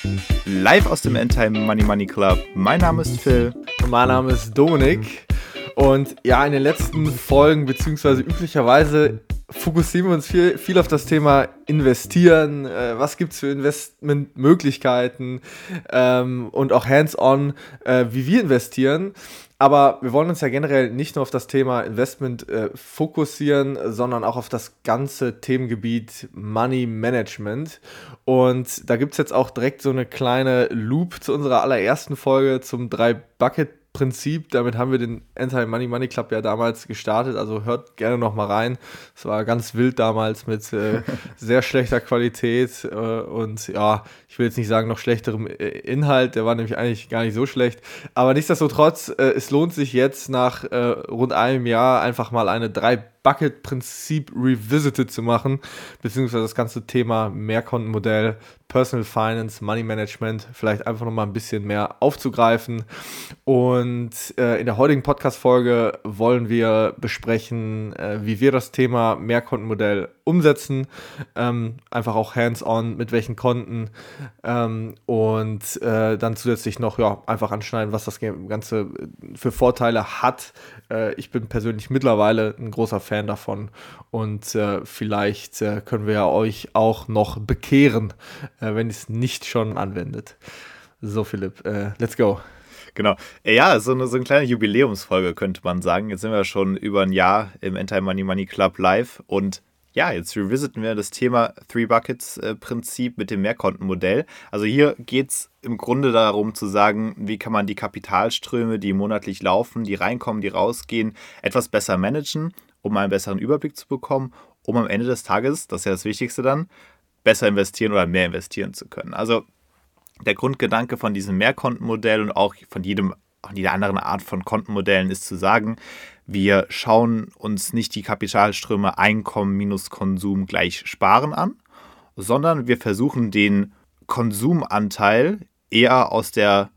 Live aus dem Endtime Money Money Club. Mein Name ist Phil. Und mein Name ist Dominik. Und ja, in den letzten Folgen, beziehungsweise üblicherweise, fokussieren wir uns viel auf das Thema Investieren. Was gibt es für Investmentmöglichkeiten und auch hands-on, wie wir investieren. Aber wir wollen uns ja generell nicht nur auf das Thema Investment fokussieren, sondern auch auf das ganze Themengebiet Money Management. Und da gibt es jetzt auch direkt so eine kleine Loop zu unserer allerersten Folge zum 3-Bucket-Prinzip. Damit haben wir den Endtime Money Money Club ja damals gestartet. Also hört gerne noch mal rein. Es war ganz wild damals mit sehr schlechter Qualität und ja, ich will jetzt nicht sagen noch schlechterem Inhalt. Der war nämlich eigentlich gar nicht so schlecht. Aber nichtsdestotrotz, es lohnt sich jetzt nach rund einem Jahr einfach mal eine 3-Bucket-Prinzip revisited zu machen, beziehungsweise das ganze Thema Mehrkontenmodell, Personal Finance, Money Management vielleicht einfach nochmal ein bisschen mehr aufzugreifen. Und in der heutigen Podcast-Folge wollen wir besprechen, wie wir das Thema Mehrkontenmodell umsetzen, einfach auch hands-on, mit welchen Konten und dann zusätzlich noch einfach anschneiden, was das Ganze für Vorteile hat. Ich bin persönlich mittlerweile ein großer Fan davon und vielleicht können wir ja euch auch noch bekehren, wenn ihr es nicht schon anwendet. So Philipp, let's go. Genau. Ja, so eine kleine Jubiläumsfolge könnte man sagen. Jetzt sind wir schon über ein Jahr im Endtime Money Money Club live und ja, jetzt revisiten wir das Thema Three-Buckets-Prinzip mit dem Mehrkontenmodell. Also hier geht es im Grunde darum zu sagen, wie kann man die Kapitalströme, die monatlich laufen, die reinkommen, die rausgehen, etwas besser managen, um einen besseren Überblick zu bekommen, um am Ende des Tages, das ist ja das Wichtigste dann, besser investieren oder mehr investieren zu können. Also der Grundgedanke von diesem Mehrkontenmodell und auch von jeder anderen Art von Kontenmodellen ist zu sagen, wir schauen uns nicht die Kapitalströme Einkommen minus Konsum gleich Sparen an, sondern wir versuchen den Konsumanteil eher aus der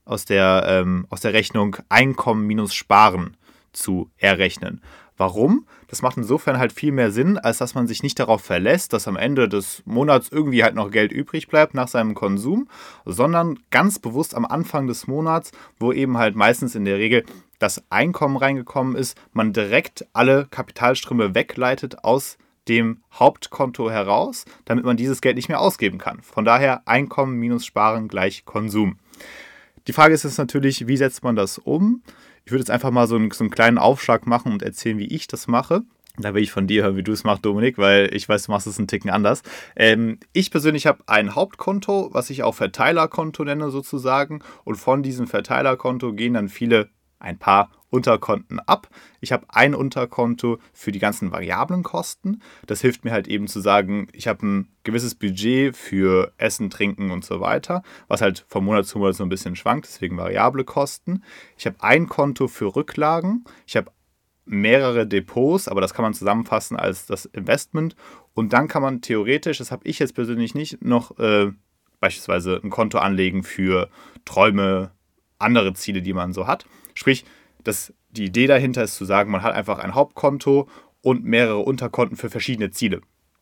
Rechnung Einkommen minus Sparen zu errechnen. Warum? Das macht insofern halt viel mehr Sinn, als dass man sich nicht darauf verlässt, dass am Ende des Monats irgendwie halt noch Geld übrig bleibt nach seinem Konsum, sondern ganz bewusst am Anfang des Monats, wo eben halt meistens in der Regel das Einkommen reingekommen ist, man direkt alle Kapitalströme wegleitet aus dem Hauptkonto heraus, damit man dieses Geld nicht mehr ausgeben kann. Von daher Einkommen minus Sparen gleich Konsum. Die Frage ist jetzt natürlich, wie setzt man das um? Ich würde jetzt einfach mal so einen kleinen Aufschlag machen und erzählen, wie ich das mache. Da will ich von dir hören, wie du es machst, Dominik, weil ich weiß, du machst es einen Ticken anders. Ich persönlich habe ein Hauptkonto, was ich auch Verteilerkonto nenne sozusagen. Und von diesem Verteilerkonto gehen dann ein paar Unterkonten ab. Ich habe ein Unterkonto für die ganzen variablen Kosten. Das hilft mir halt eben zu sagen, ich habe ein gewisses Budget für Essen, Trinken und so weiter, was halt von Monat zu Monat so ein bisschen schwankt, deswegen variable Kosten. Ich habe ein Konto für Rücklagen. Ich habe mehrere Depots, aber das kann man zusammenfassen als das Investment. Und dann kann man theoretisch, das habe ich jetzt persönlich nicht, noch beispielsweise ein Konto anlegen für Träume, andere Ziele, die man so hat. Sprich, die Idee dahinter ist zu sagen, man hat einfach ein Hauptkonto und mehrere Unterkonten für verschiedene Ziele.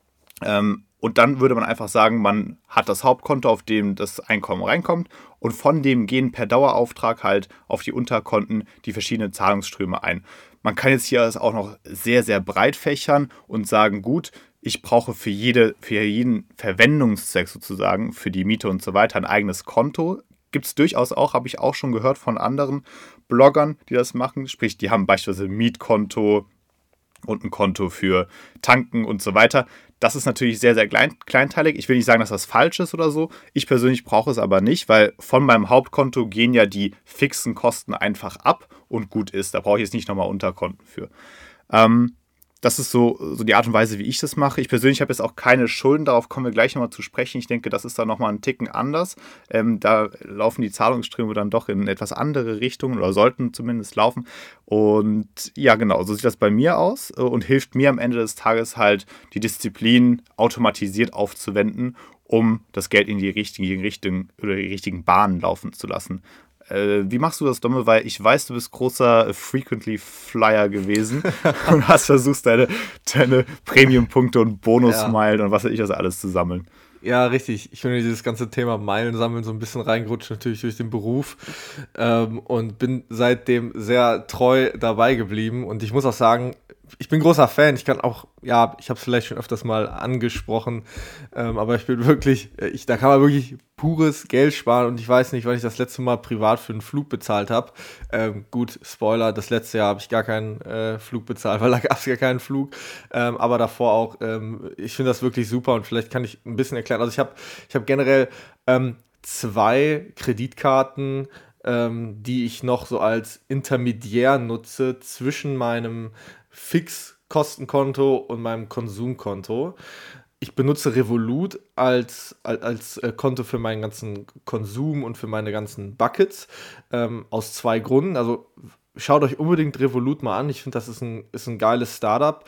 Und dann würde man einfach sagen, man hat das Hauptkonto, auf dem das Einkommen reinkommt und von dem gehen per Dauerauftrag halt auf die Unterkonten die verschiedenen Zahlungsströme ein. Man kann jetzt hier auch noch sehr, sehr breit fächern und sagen, gut, ich brauche für jeden Verwendungszweck sozusagen, für die Miete und so weiter, ein eigenes Konto. Gibt es durchaus auch, habe ich auch schon gehört von anderen Bloggern, die das machen. Sprich, die haben beispielsweise ein Mietkonto und ein Konto für Tanken und so weiter. Das ist natürlich sehr, sehr kleinteilig. Ich will nicht sagen, dass das falsch ist oder so. Ich persönlich brauche es aber nicht, weil von meinem Hauptkonto gehen ja die fixen Kosten einfach ab und gut ist. Da brauche ich jetzt nicht nochmal Unterkonten für. Das ist so die Art und Weise, wie ich das mache. Ich persönlich habe jetzt auch keine Schulden, darauf kommen wir gleich nochmal zu sprechen. Ich denke, das ist dann nochmal einen Ticken anders. Da laufen die Zahlungsströme dann doch in etwas andere Richtungen oder sollten zumindest laufen. Und ja, genau, so sieht das bei mir aus und hilft mir am Ende des Tages halt, die Disziplin automatisiert aufzuwenden, um das Geld in die richtigen Richtung oder die richtigen Bahnen laufen zu lassen. Wie machst du das, Domme? Weil ich weiß, du bist großer Frequently Flyer gewesen und hast versucht, deine Premium-Punkte und Bonusmeilen und was weiß ich das alles zu sammeln. Ja, richtig. Ich bin in dieses ganze Thema Meilen sammeln so ein bisschen reingerutscht, natürlich durch den Beruf, und bin seitdem sehr treu dabei geblieben. Und ich muss auch sagen, ich bin großer Fan. Ich kann auch, ja, ich habe es vielleicht schon öfters mal angesprochen, aber ich bin wirklich, da kann man wirklich pures Geld sparen und ich weiß nicht, wann ich das letzte Mal privat für einen Flug bezahlt habe. Gut, Spoiler, das letzte Jahr habe ich gar keinen Flug bezahlt, weil da gab es gar keinen Flug, aber davor auch, ich finde das wirklich super und vielleicht kann ich ein bisschen erklären. Also ich hab generell 2 Kreditkarten, die ich noch so als Intermediär nutze zwischen meinem Fixkostenkonto und meinem Konsumkonto. Ich benutze Revolut als Konto für meinen ganzen Konsum und für meine ganzen Buckets, aus 2 Gründen. Also schaut euch unbedingt Revolut mal an. Ich finde, das ist ein geiles Startup,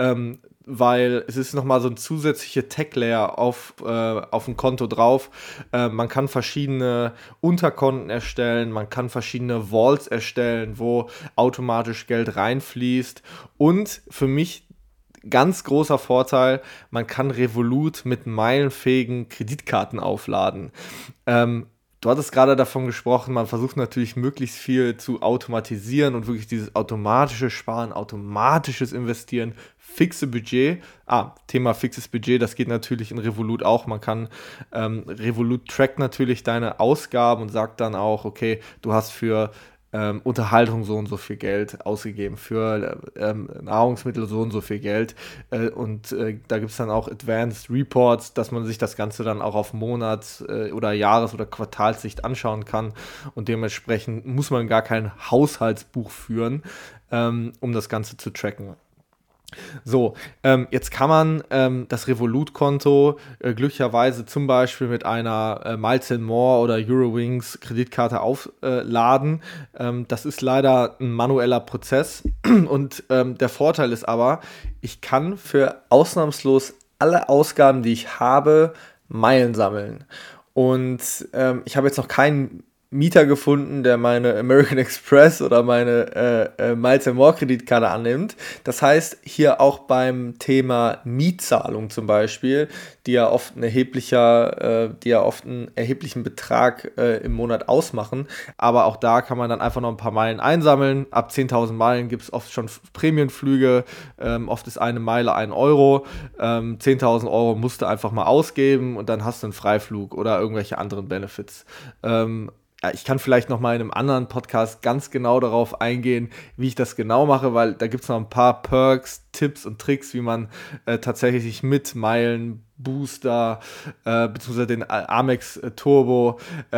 weil es ist nochmal so ein zusätzlicher Tech-Layer auf ein Konto drauf. Man kann verschiedene Unterkonten erstellen, man kann verschiedene Vaults erstellen, wo automatisch Geld reinfließt. Und für mich ganz großer Vorteil, man kann Revolut mit meilenfähigen Kreditkarten aufladen. Du hattest gerade davon gesprochen, man versucht natürlich möglichst viel zu automatisieren und wirklich dieses automatische Sparen, automatisches Investieren, fixe Budget. Thema fixes Budget, das geht natürlich in Revolut auch. Man kann, Revolut trackt natürlich deine Ausgaben und sagt dann auch, okay, du hast für Unterhaltung so und so viel Geld ausgegeben, für Nahrungsmittel so und so viel Geld, und da gibt es dann auch Advanced Reports, dass man sich das Ganze dann auch auf Monats- oder Jahres- oder Quartalssicht anschauen kann und dementsprechend muss man gar kein Haushaltsbuch führen, um das Ganze zu tracken. So, jetzt kann man das Revolut-Konto glücklicherweise zum Beispiel mit einer Miles & More oder Eurowings Kreditkarte aufladen. Das ist leider ein manueller Prozess und der Vorteil ist aber, ich kann für ausnahmslos alle Ausgaben, die ich habe, Meilen sammeln. Und ich habe jetzt noch keinen Mieter gefunden, der meine American Express oder meine Miles & More Kreditkarte annimmt. Das heißt, hier auch beim Thema Mietzahlung zum Beispiel, die ja oft einen erheblichen Betrag im Monat ausmachen, aber auch da kann man dann einfach noch ein paar Meilen einsammeln. Ab 10.000 Meilen gibt es oft schon Prämienflüge, oft ist eine Meile 1 Euro, 10.000 Euro musst du einfach mal ausgeben und dann hast du einen Freiflug oder irgendwelche anderen Benefits. Ich kann vielleicht noch mal in einem anderen Podcast ganz genau darauf eingehen, wie ich das genau mache, weil da gibt es noch ein paar Perks, Tipps und Tricks, wie man tatsächlich sich mit Meilen, Booster, beziehungsweise den Amex Turbo,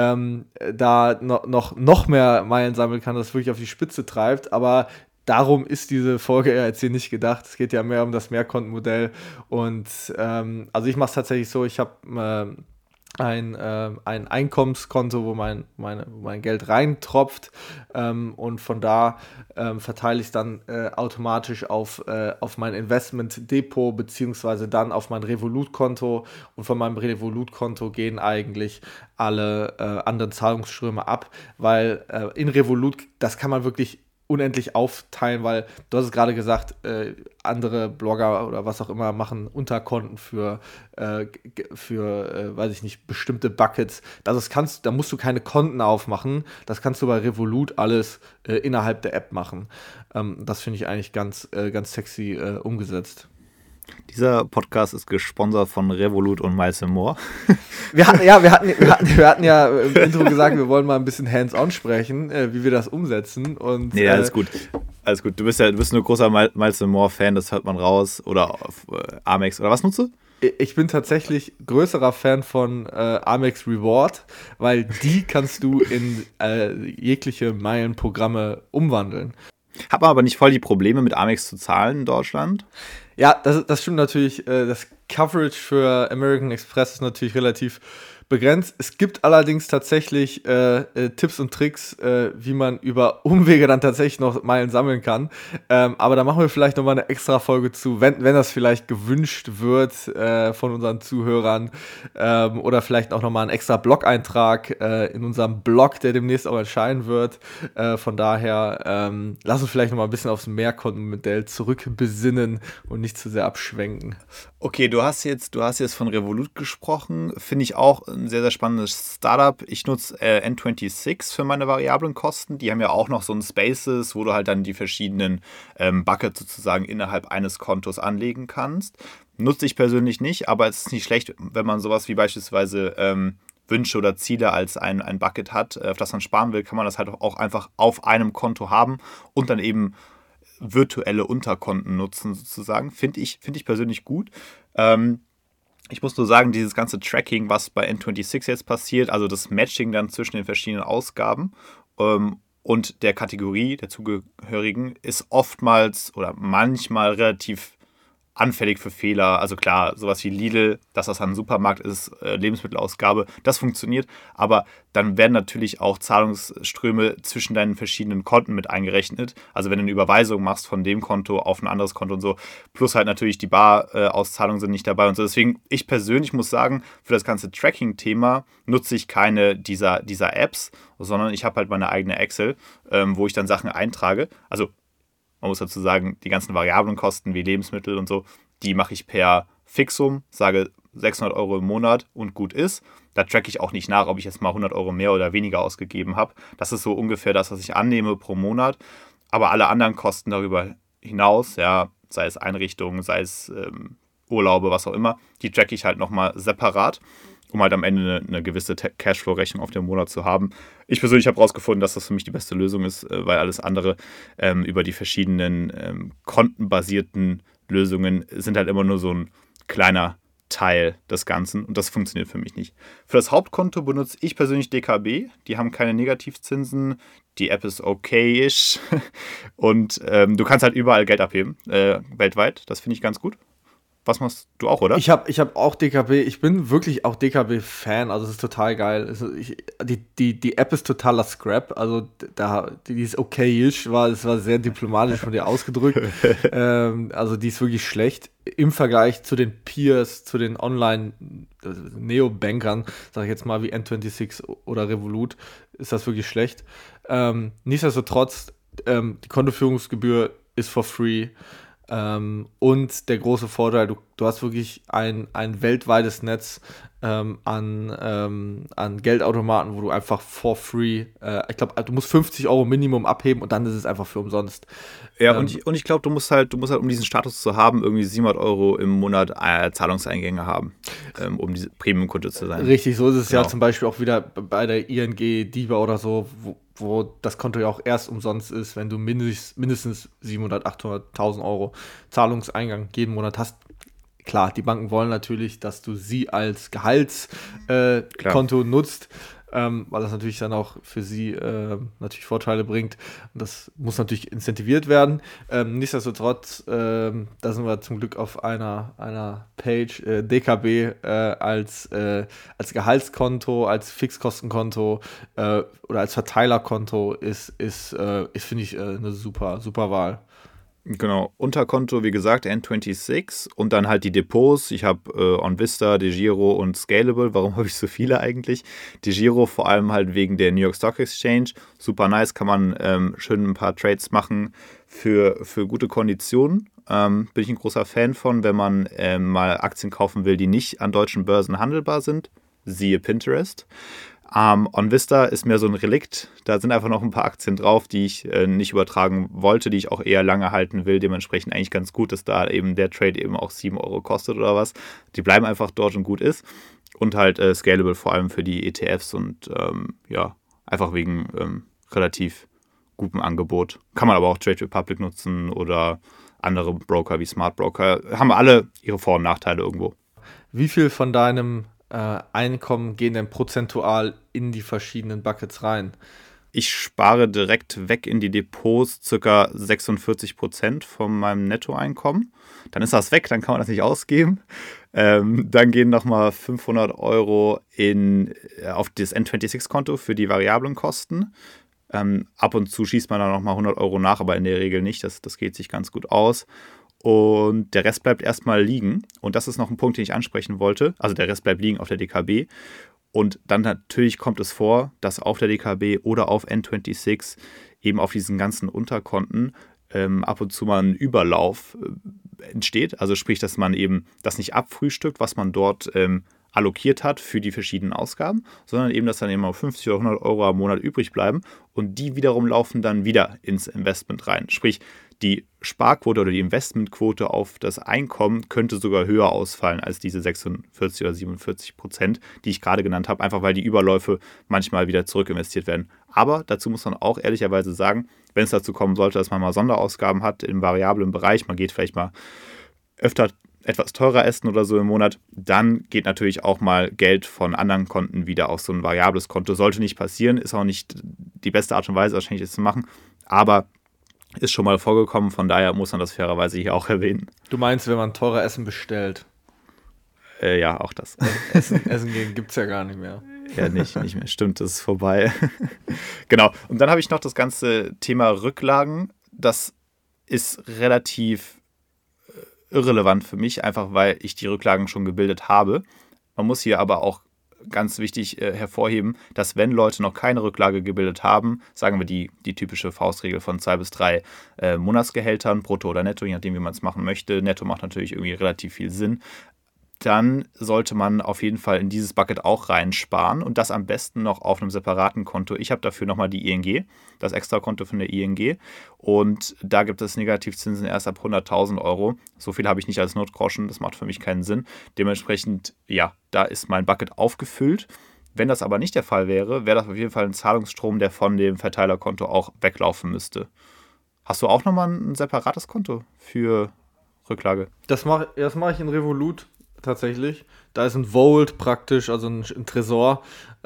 da noch mehr Meilen sammeln kann, das wirklich auf die Spitze treibt, aber darum ist diese Folge ja jetzt hier nicht gedacht. Es geht ja mehr um das Mehrkontenmodell und also ich mache es tatsächlich so, ich habe ein Einkommenskonto, wo mein Geld reintropft, und von da verteile ich es dann automatisch auf mein Investment-Depot beziehungsweise dann auf mein Revolut-Konto und von meinem Revolut-Konto gehen eigentlich alle anderen Zahlungsströme ab, weil in Revolut, das kann man wirklich unendlich aufteilen, weil du hast es gerade gesagt, andere Blogger oder was auch immer machen Unterkonten für weiß ich nicht, bestimmte Buckets. Da musst du keine Konten aufmachen. Das kannst du bei Revolut alles innerhalb der App machen. Das finde ich eigentlich ganz sexy umgesetzt. Dieser Podcast ist gesponsert von Revolut und Miles & More. Wir hatten ja im Intro gesagt, wir wollen mal ein bisschen hands-on sprechen, wie wir das umsetzen. Und, nee, alles gut. Alles gut. Du bist nur großer Miles & More-Fan, das hört man raus. Oder auf Amex. Oder was nutzt du? Ich bin tatsächlich größerer Fan von Amex Reward, weil die kannst du in jegliche Meilenprogramme umwandeln. Hat man aber nicht voll die Probleme mit Amex zu zahlen in Deutschland? Ja, das stimmt natürlich. Das Coverage für American Express ist natürlich relativ begrenzt. Es gibt allerdings tatsächlich Tipps und Tricks, wie man über Umwege dann tatsächlich noch Meilen sammeln kann. Aber da machen wir vielleicht nochmal eine extra Folge zu, wenn das vielleicht gewünscht wird von unseren Zuhörern. Oder vielleicht auch nochmal einen extra Blog-Eintrag in unserem Blog, der demnächst auch erscheinen wird. Von daher lass uns vielleicht nochmal ein bisschen aufs Mehrkontenmodell zurückbesinnen und nicht zu sehr abschwenken. Okay, du hast jetzt von Revolut gesprochen. Finde ich auch ein sehr, sehr spannendes Startup. Ich nutze N26 für meine variablen Kosten. Die haben ja auch noch so ein Spaces, wo du halt dann die verschiedenen Buckets sozusagen innerhalb eines Kontos anlegen kannst. Nutze ich persönlich nicht, aber es ist nicht schlecht, wenn man sowas wie beispielsweise Wünsche oder Ziele als ein Bucket hat, auf das man sparen will, kann man das halt auch einfach auf einem Konto haben und dann eben virtuelle Unterkonten nutzen sozusagen. Finde ich persönlich gut. Ich muss nur sagen, dieses ganze Tracking, was bei N26 jetzt passiert, also das Matching dann zwischen den verschiedenen Ausgaben und der Kategorie der Zugehörigen, ist oftmals oder manchmal relativ anfällig für Fehler. Also klar, sowas wie Lidl, dass das ein Supermarkt ist, Lebensmittelausgabe, das funktioniert. Aber dann werden natürlich auch Zahlungsströme zwischen deinen verschiedenen Konten mit eingerechnet. Also wenn du eine Überweisung machst von dem Konto auf ein anderes Konto und so, plus halt natürlich die Bar-Auszahlungen sind nicht dabei und so. Deswegen, ich persönlich muss sagen, für das ganze Tracking-Thema nutze ich keine dieser Apps, sondern ich habe halt meine eigene Excel, wo ich dann Sachen eintrage. Also man muss dazu sagen, die ganzen variablen Kosten wie Lebensmittel und so, die mache ich per Fixum, sage 600 Euro im Monat und gut ist. Da tracke ich auch nicht nach, ob ich jetzt mal 100 Euro mehr oder weniger ausgegeben habe. Das ist so ungefähr das, was ich annehme pro Monat. Aber alle anderen Kosten darüber hinaus, ja, sei es Einrichtungen, sei es Urlaube, was auch immer, die tracke ich halt nochmal separat, um halt am Ende eine gewisse Cashflow-Rechnung auf den Monat zu haben. Ich persönlich habe herausgefunden, dass das für mich die beste Lösung ist, weil alles andere über die verschiedenen kontenbasierten Lösungen sind halt immer nur so ein kleiner Teil des Ganzen und das funktioniert für mich nicht. Für das Hauptkonto benutze ich persönlich DKB. Die haben keine Negativzinsen. Die App ist okay-ish und du kannst halt überall Geld abheben, weltweit. Das finde ich ganz gut. Was machst du auch, oder? Ich hab auch DKB. Ich bin wirklich auch DKB-Fan. Also, es ist total geil. Also die App ist totaler Scrap. Also, die ist okayisch. Es war sehr diplomatisch von dir ausgedrückt. Also, die ist wirklich schlecht. Im Vergleich zu den Peers, zu den Online-Neobankern, sage ich jetzt mal, wie N26 oder Revolut, ist das wirklich schlecht. Nichtsdestotrotz, die Kontoführungsgebühr ist for free. Und der große Vorteil, du hast wirklich ein weltweites Netz an Geldautomaten, wo du einfach for free, ich glaube, du musst 50 Euro Minimum abheben und dann ist es einfach für umsonst. Ja, und ich glaube, du musst halt, um diesen Status zu haben, irgendwie 700 Euro im Monat Zahlungseingänge haben, um diese Premium-Kunde zu sein. Richtig, so ist es Genau. ja zum Beispiel auch wieder bei der ING DIBA oder so, wo das Konto ja auch erst umsonst ist, wenn du mindestens 700, 800.000 Euro Zahlungseingang jeden Monat hast. Klar, die Banken wollen natürlich, dass du sie als Gehaltskonto nutzt, weil das natürlich dann auch für sie natürlich Vorteile bringt. Und das muss natürlich incentiviert werden. Nichtsdestotrotz, da sind wir zum Glück auf einer Page, DKB als Gehaltskonto, als Fixkostenkonto oder als Verteilerkonto ist finde ich, eine super, super Wahl. Genau, Unterkonto, wie gesagt, N26 und dann halt die Depots. Ich habe OnVista, DEGIRO und Scalable. Warum habe ich so viele eigentlich? DEGIRO vor allem halt wegen der New York Stock Exchange. Super nice, kann man schön ein paar Trades machen für gute Konditionen. Bin ich ein großer Fan von, wenn man mal Aktien kaufen will, die nicht an deutschen Börsen handelbar sind. Siehe Pinterest. OnVista ist mehr so ein Relikt. Da sind einfach noch ein paar Aktien drauf, die ich nicht übertragen wollte, die ich auch eher lange halten will. Dementsprechend eigentlich ganz gut, dass da eben der Trade eben auch 7 Euro kostet oder was. Die bleiben einfach dort und gut ist. Und halt Scalable vor allem für die ETFs und einfach wegen relativ gutem Angebot. Kann man aber auch Trade Republic nutzen oder andere Broker wie Smart Broker. Haben alle ihre Vor- und Nachteile irgendwo. Wie viel von deinem Einkommen gehen denn prozentual in die verschiedenen Buckets rein? Ich spare direkt weg in die Depots ca. 46% von meinem Nettoeinkommen. dann ist das weg, dann kann man das nicht ausgeben. Dann gehen nochmal 500 € auf das N26-Konto für die variablen Kosten. Ab und zu schießt man dann nochmal 100 € nach, aber in der Regel nicht. Das geht sich ganz gut aus. Und der Rest bleibt erstmal liegen. Und das ist noch ein Punkt, den ich ansprechen wollte. Also der Rest bleibt liegen auf der DKB. Und dann natürlich kommt es vor, dass auf der DKB oder auf N26 eben auf diesen ganzen Unterkonten ab und zu mal ein Überlauf entsteht. Also sprich, dass man eben das nicht abfrühstückt, was man dort allokiert hat für die verschiedenen Ausgaben, sondern eben, dass dann eben 50 oder 100 € am Monat übrig bleiben und die wiederum laufen dann wieder ins Investment rein. Sprich, die Sparquote oder die Investmentquote auf das Einkommen könnte sogar höher ausfallen als diese 46 oder 47%, die ich gerade genannt habe, einfach weil die Überläufe manchmal wieder zurückinvestiert werden. Aber dazu muss man auch ehrlicherweise sagen, wenn es dazu kommen sollte, dass man mal Sonderausgaben hat im variablen Bereich, man geht vielleicht mal öfter etwas teurer essen oder so im Monat, dann geht natürlich auch mal Geld von anderen Konten wieder auf so ein variables Konto. Sollte nicht passieren, ist auch nicht die beste Art und Weise wahrscheinlich das zu machen, aber ist schon mal vorgekommen, von daher muss man das fairerweise hier auch erwähnen. Du meinst, wenn man teurer Essen bestellt? Ja, auch das. Essen gehen gibt es ja gar nicht mehr. Ja, nicht mehr. Stimmt, das ist vorbei. Genau. Und dann habe ich noch das ganze Thema Rücklagen. Das ist relativ irrelevant für mich, einfach weil ich die Rücklagen schon gebildet habe. Man muss hier aber auch ganz wichtig hervorheben, dass wenn Leute noch keine Rücklage gebildet haben, sagen wir die typische Faustregel von 2 bis 3 Monatsgehältern, brutto oder netto, je nachdem, wie man es machen möchte. Netto macht natürlich irgendwie relativ viel Sinn. Dann sollte man auf jeden Fall in dieses Bucket auch reinsparen und das am besten noch auf einem separaten Konto. Ich habe dafür nochmal die ING, das Extrakonto von der ING und da gibt es Negativzinsen erst ab 100.000 €. So viel habe ich nicht als Notgroschen, das macht für mich keinen Sinn. Dementsprechend, ja, da ist mein Bucket aufgefüllt. Wenn das aber nicht der Fall wäre, wäre das auf jeden Fall ein Zahlungsstrom, der von dem Verteilerkonto auch weglaufen müsste. Hast du auch nochmal ein separates Konto für Rücklage? Das mache ich in Revolut. Tatsächlich. Da ist ein Vault praktisch, also ein Tresor.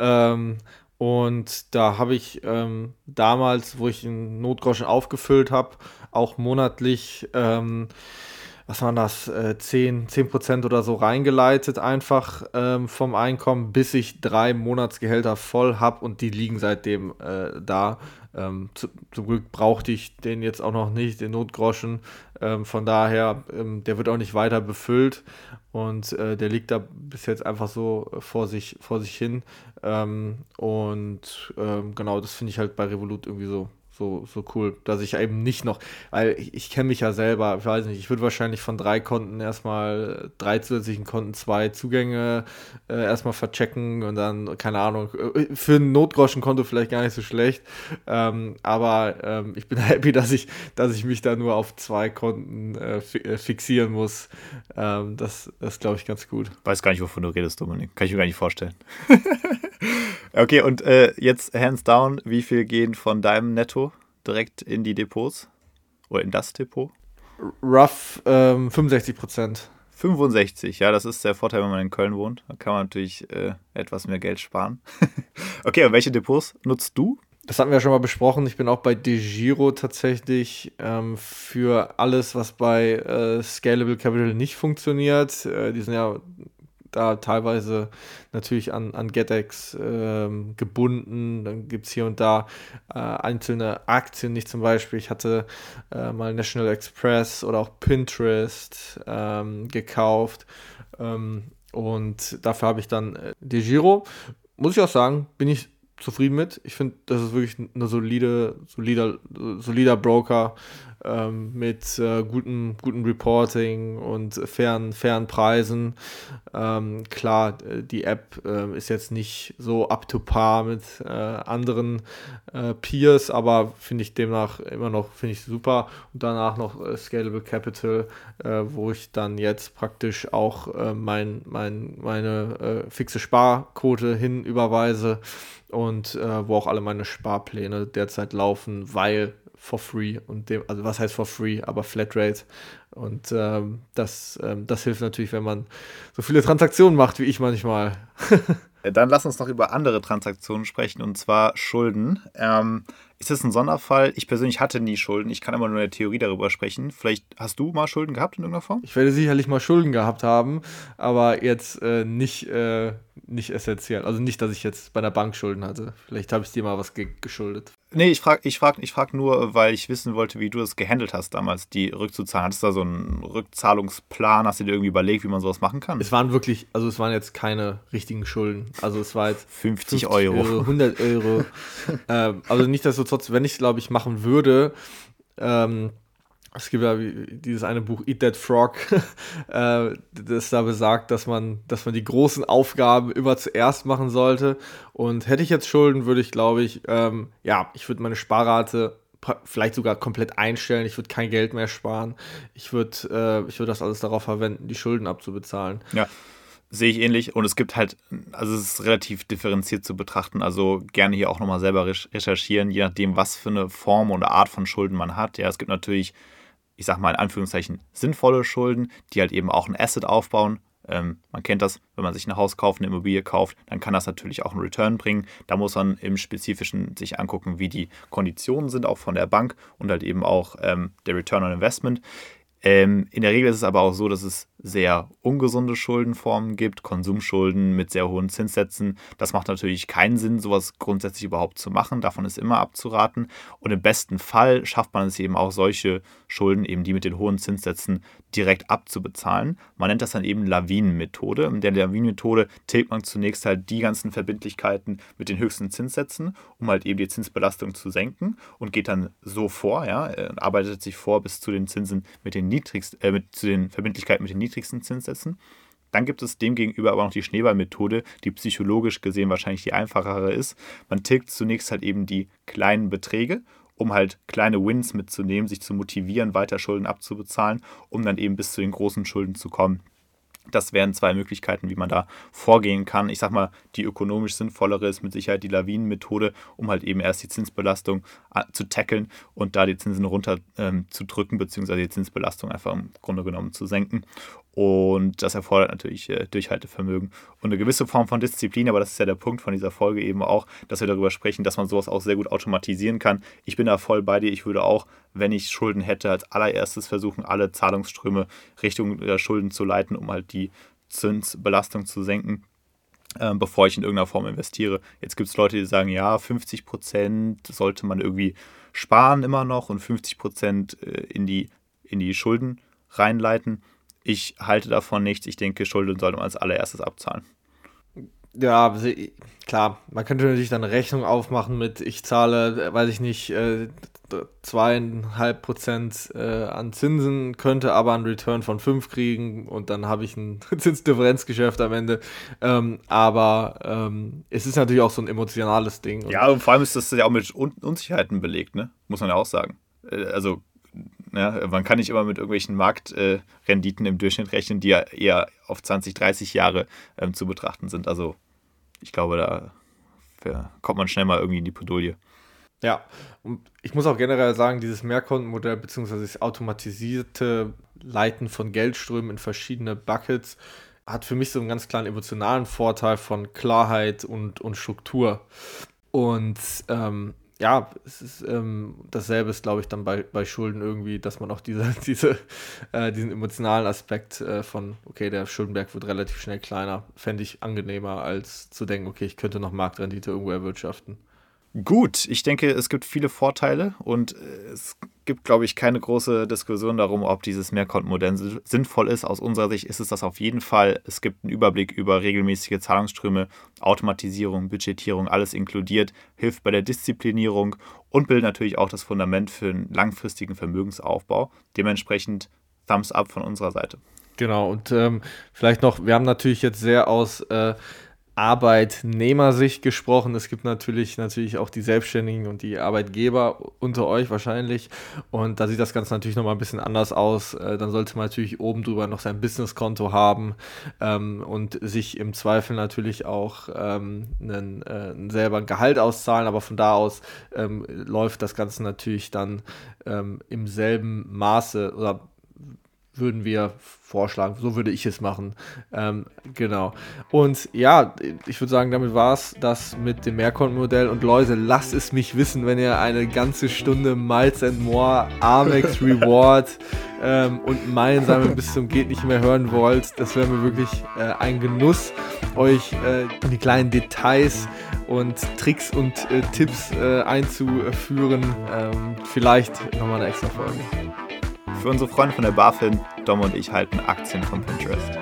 Und da habe ich damals, wo ich einen Notgroschen aufgefüllt habe, auch monatlich, was waren das, 10% oder so reingeleitet einfach vom Einkommen, bis ich 3 Monatsgehälter voll habe und die liegen seitdem da. Zum Glück brauchte ich den jetzt auch noch nicht, den Notgroschen. Von daher, der wird auch nicht weiter befüllt und der liegt da bis jetzt einfach so vor sich hin. Genau, das finde ich halt bei Revolut irgendwie so cool, dass ich eben nicht noch, weil ich kenne mich ja selber, ich weiß nicht, ich würde wahrscheinlich von 3 Konten erstmal 3 zusätzlichen Konten 2 Zugänge erstmal verchecken und dann, keine Ahnung, für ein Notgroschenkonto vielleicht gar nicht so schlecht, aber ich bin happy, dass ich mich da nur auf 2 Konten fixieren muss. Das glaube ich ganz gut. Weiß gar nicht, wovon du redest, Dominik. Kann ich mir gar nicht vorstellen. Okay, und jetzt hands down, wie viel gehen von deinem Netto direkt in die Depots? Oder in das Depot? Rough 65%. 65, ja, das ist der Vorteil, wenn man in Köln wohnt. Da kann man natürlich etwas mehr Geld sparen. Okay, und welche Depots nutzt du? Das hatten wir ja schon mal besprochen. Ich bin auch bei DEGIRO tatsächlich für alles, was bei Scalable Capital nicht funktioniert. Die sind ja da teilweise natürlich an GetEx gebunden. Dann gibt es hier und da einzelne Aktien, nicht zum Beispiel. Ich hatte mal National Express oder auch Pinterest gekauft und dafür habe ich dann DEGIRO. Muss ich auch sagen, bin ich zufrieden mit. Ich finde, das ist wirklich eine solider Broker mit gutem Reporting und fairen Preisen. Klar, die App ist jetzt nicht so up to par mit anderen Peers, aber finde ich demnach immer noch super. Und danach noch Scalable Capital, wo ich dann jetzt praktisch auch meine fixe Sparquote hin überweise und wo auch alle meine Sparpläne derzeit laufen, weil for free also was heißt for free, aber Flatrate und das hilft natürlich, wenn man so viele Transaktionen macht wie ich manchmal. Dann lass uns noch über andere Transaktionen sprechen, und zwar Schulden. Ist das ein Sonderfall? Ich persönlich hatte nie Schulden. Ich kann immer nur in der Theorie darüber sprechen. Vielleicht hast du mal Schulden gehabt in irgendeiner Form? Ich werde sicherlich mal Schulden gehabt haben, aber jetzt nicht essentiell. Also nicht, dass ich jetzt bei der Bank Schulden hatte. Vielleicht habe ich dir mal was geschuldet. Nee, ich frag nur, weil ich wissen wollte, wie du das gehandelt hast damals, die rückzuzahlen. Hattest du da so einen Rückzahlungsplan? Hast du dir irgendwie überlegt, wie man sowas machen kann? Es waren jetzt keine richtigen Schulden. Also es war jetzt 50 Euro. 100 Euro. Also nichtsdestotrotz, wenn ich es, glaube ich, machen würde, es gibt ja dieses eine Buch Eat That Frog, das da besagt, dass man die großen Aufgaben immer zuerst machen sollte. Und hätte ich jetzt Schulden, würde ich, glaube ich, ich würde meine Sparrate vielleicht sogar komplett einstellen. Ich würde kein Geld mehr sparen. Ich würde das alles darauf verwenden, die Schulden abzubezahlen. Ja, sehe ich ähnlich. Und es gibt halt, also es ist relativ differenziert zu betrachten. Also gerne hier auch nochmal selber recherchieren, je nachdem, was für eine Form oder Art von Schulden man hat. Ja, es gibt natürlich, ich sag mal in Anführungszeichen, sinnvolle Schulden, die halt eben auch ein Asset aufbauen. Man kennt das, wenn man sich ein Haus kauft, eine Immobilie kauft, dann kann das natürlich auch einen Return bringen. Da muss man im Spezifischen sich angucken, wie die Konditionen sind, auch von der Bank und halt eben auch der Return on Investment. In der Regel ist es aber auch so, dass es sehr ungesunde Schuldenformen gibt, Konsumschulden mit sehr hohen Zinssätzen. Das macht natürlich keinen Sinn, sowas grundsätzlich überhaupt zu machen. Davon ist immer abzuraten. Und im besten Fall schafft man es eben auch, solche Schulden, eben die mit den hohen Zinssätzen, direkt abzubezahlen. Man nennt das dann eben Lawinenmethode. In der Lawinenmethode tilgt man zunächst halt die ganzen Verbindlichkeiten mit den höchsten Zinssätzen, um halt eben die Zinsbelastung zu senken, und geht dann so vor, ja, arbeitet sich vor bis zu den Zinsen mit den zu den Verbindlichkeiten mit den niedrigsten Zinssätzen. Dann gibt es demgegenüber aber noch die Schneeballmethode, die psychologisch gesehen wahrscheinlich die einfachere ist. Man tilgt zunächst halt eben die kleinen Beträge, um halt kleine Wins mitzunehmen, sich zu motivieren, weiter Schulden abzubezahlen, um dann eben bis zu den großen Schulden zu kommen. Das wären zwei Möglichkeiten, wie man da vorgehen kann. Ich sag mal, die ökonomisch sinnvollere ist mit Sicherheit die Lawinenmethode, um halt eben erst die Zinsbelastung zu tackeln und da die Zinsen runter zu drücken, beziehungsweise die Zinsbelastung einfach im Grunde genommen zu senken. Und das erfordert natürlich Durchhaltevermögen und eine gewisse Form von Disziplin, aber das ist ja der Punkt von dieser Folge eben auch, dass wir darüber sprechen, dass man sowas auch sehr gut automatisieren kann. Ich bin da voll bei dir. Ich würde auch, wenn ich Schulden hätte, als allererstes versuchen, alle Zahlungsströme Richtung der Schulden zu leiten, um halt die Zinsbelastung zu senken, bevor ich in irgendeiner Form investiere. Jetzt gibt es Leute, die sagen, ja, 50% sollte man irgendwie sparen immer noch und 50% in die Schulden reinleiten. Ich halte davon nichts. Ich denke, Schulden sollte man als allererstes abzahlen. Ja, klar, man könnte natürlich dann eine Rechnung aufmachen mit, ich zahle, weiß ich nicht, 2,5% an Zinsen, könnte aber einen Return von 5 kriegen und dann habe ich ein Zinsdifferenzgeschäft am Ende. Aber es ist natürlich auch so ein emotionales Ding. Ja, und vor allem ist das ja auch mit Unsicherheiten belegt, ne? Muss man ja auch sagen. Also, ja, man kann nicht immer mit irgendwelchen Marktrenditen im Durchschnitt rechnen, die ja eher auf 20, 30 Jahre zu betrachten sind. Also ich glaube, da kommt man schnell mal irgendwie in die Bredouille. Ja, und ich muss auch generell sagen, dieses Mehrkontenmodell bzw. das automatisierte Leiten von Geldströmen in verschiedene Buckets hat für mich so einen ganz klaren emotionalen Vorteil von Klarheit und Struktur. Und es ist dasselbe ist, glaube ich, dann bei Schulden irgendwie, dass man auch diesen emotionalen Aspekt von, okay, der Schuldenberg wird relativ schnell kleiner, fände ich angenehmer, als zu denken, okay, ich könnte noch Marktrendite irgendwo erwirtschaften. Gut, ich denke, es gibt viele Vorteile und es gibt, glaube ich, keine große Diskussion darum, ob dieses Mehrkontenmodell sinnvoll ist. Aus unserer Sicht ist es das auf jeden Fall. Es gibt einen Überblick über regelmäßige Zahlungsströme, Automatisierung, Budgetierung, alles inkludiert, hilft bei der Disziplinierung und bildet natürlich auch das Fundament für einen langfristigen Vermögensaufbau. Dementsprechend Thumbs up von unserer Seite. Genau, und vielleicht noch, wir haben natürlich jetzt sehr aus Arbeitnehmersicht gesprochen. Es gibt natürlich auch die Selbstständigen und die Arbeitgeber unter euch wahrscheinlich. Und da sieht das Ganze natürlich nochmal ein bisschen anders aus. Dann sollte man natürlich oben drüber noch sein Businesskonto haben und sich im Zweifel natürlich auch selber ein Gehalt auszahlen. Aber von da aus läuft das Ganze natürlich dann im selben Maße oder würden wir vorschlagen. So würde ich es machen. Genau. Und ja, ich würde sagen, damit war es das mit dem Mehrkontenmodell. Und Leute, lasst es mich wissen, wenn ihr eine ganze Stunde Miles & More, Amex Reward und Meilensammeln bis zum geht nicht mehr hören wollt. Das wäre mir wirklich ein Genuss, euch in die kleinen Details und Tricks und Tipps einzuführen. Vielleicht nochmal eine extra Folge. Für unsere Freunde von der BaFin, Dom und ich halten Aktien von Pinterest.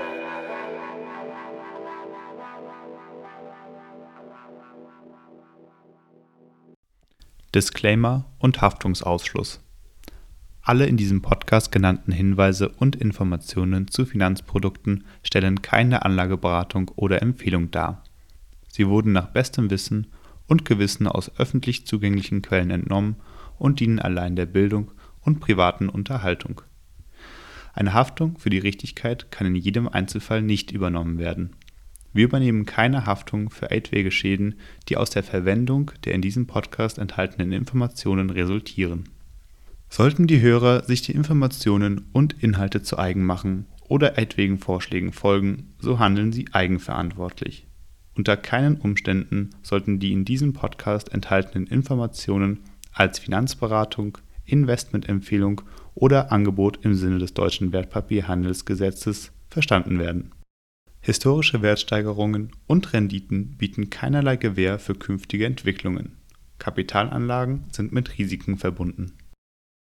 Disclaimer und Haftungsausschluss. Alle in diesem Podcast genannten Hinweise und Informationen zu Finanzprodukten stellen keine Anlageberatung oder Empfehlung dar. Sie wurden nach bestem Wissen und Gewissen aus öffentlich zugänglichen Quellen entnommen und dienen allein der Bildung und privaten Unterhaltung. Eine Haftung für die Richtigkeit kann in jedem Einzelfall nicht übernommen werden. Wir übernehmen keine Haftung für etwaige Schäden, die aus der Verwendung der in diesem Podcast enthaltenen Informationen resultieren. Sollten die Hörer sich die Informationen und Inhalte zu eigen machen oder etwaigen Vorschlägen folgen, so handeln sie eigenverantwortlich. Unter keinen Umständen sollten die in diesem Podcast enthaltenen Informationen als Finanzberatung, Investmentempfehlung oder Angebot im Sinne des deutschen Wertpapierhandelsgesetzes verstanden werden. Historische Wertsteigerungen und Renditen bieten keinerlei Gewähr für künftige Entwicklungen. Kapitalanlagen sind mit Risiken verbunden.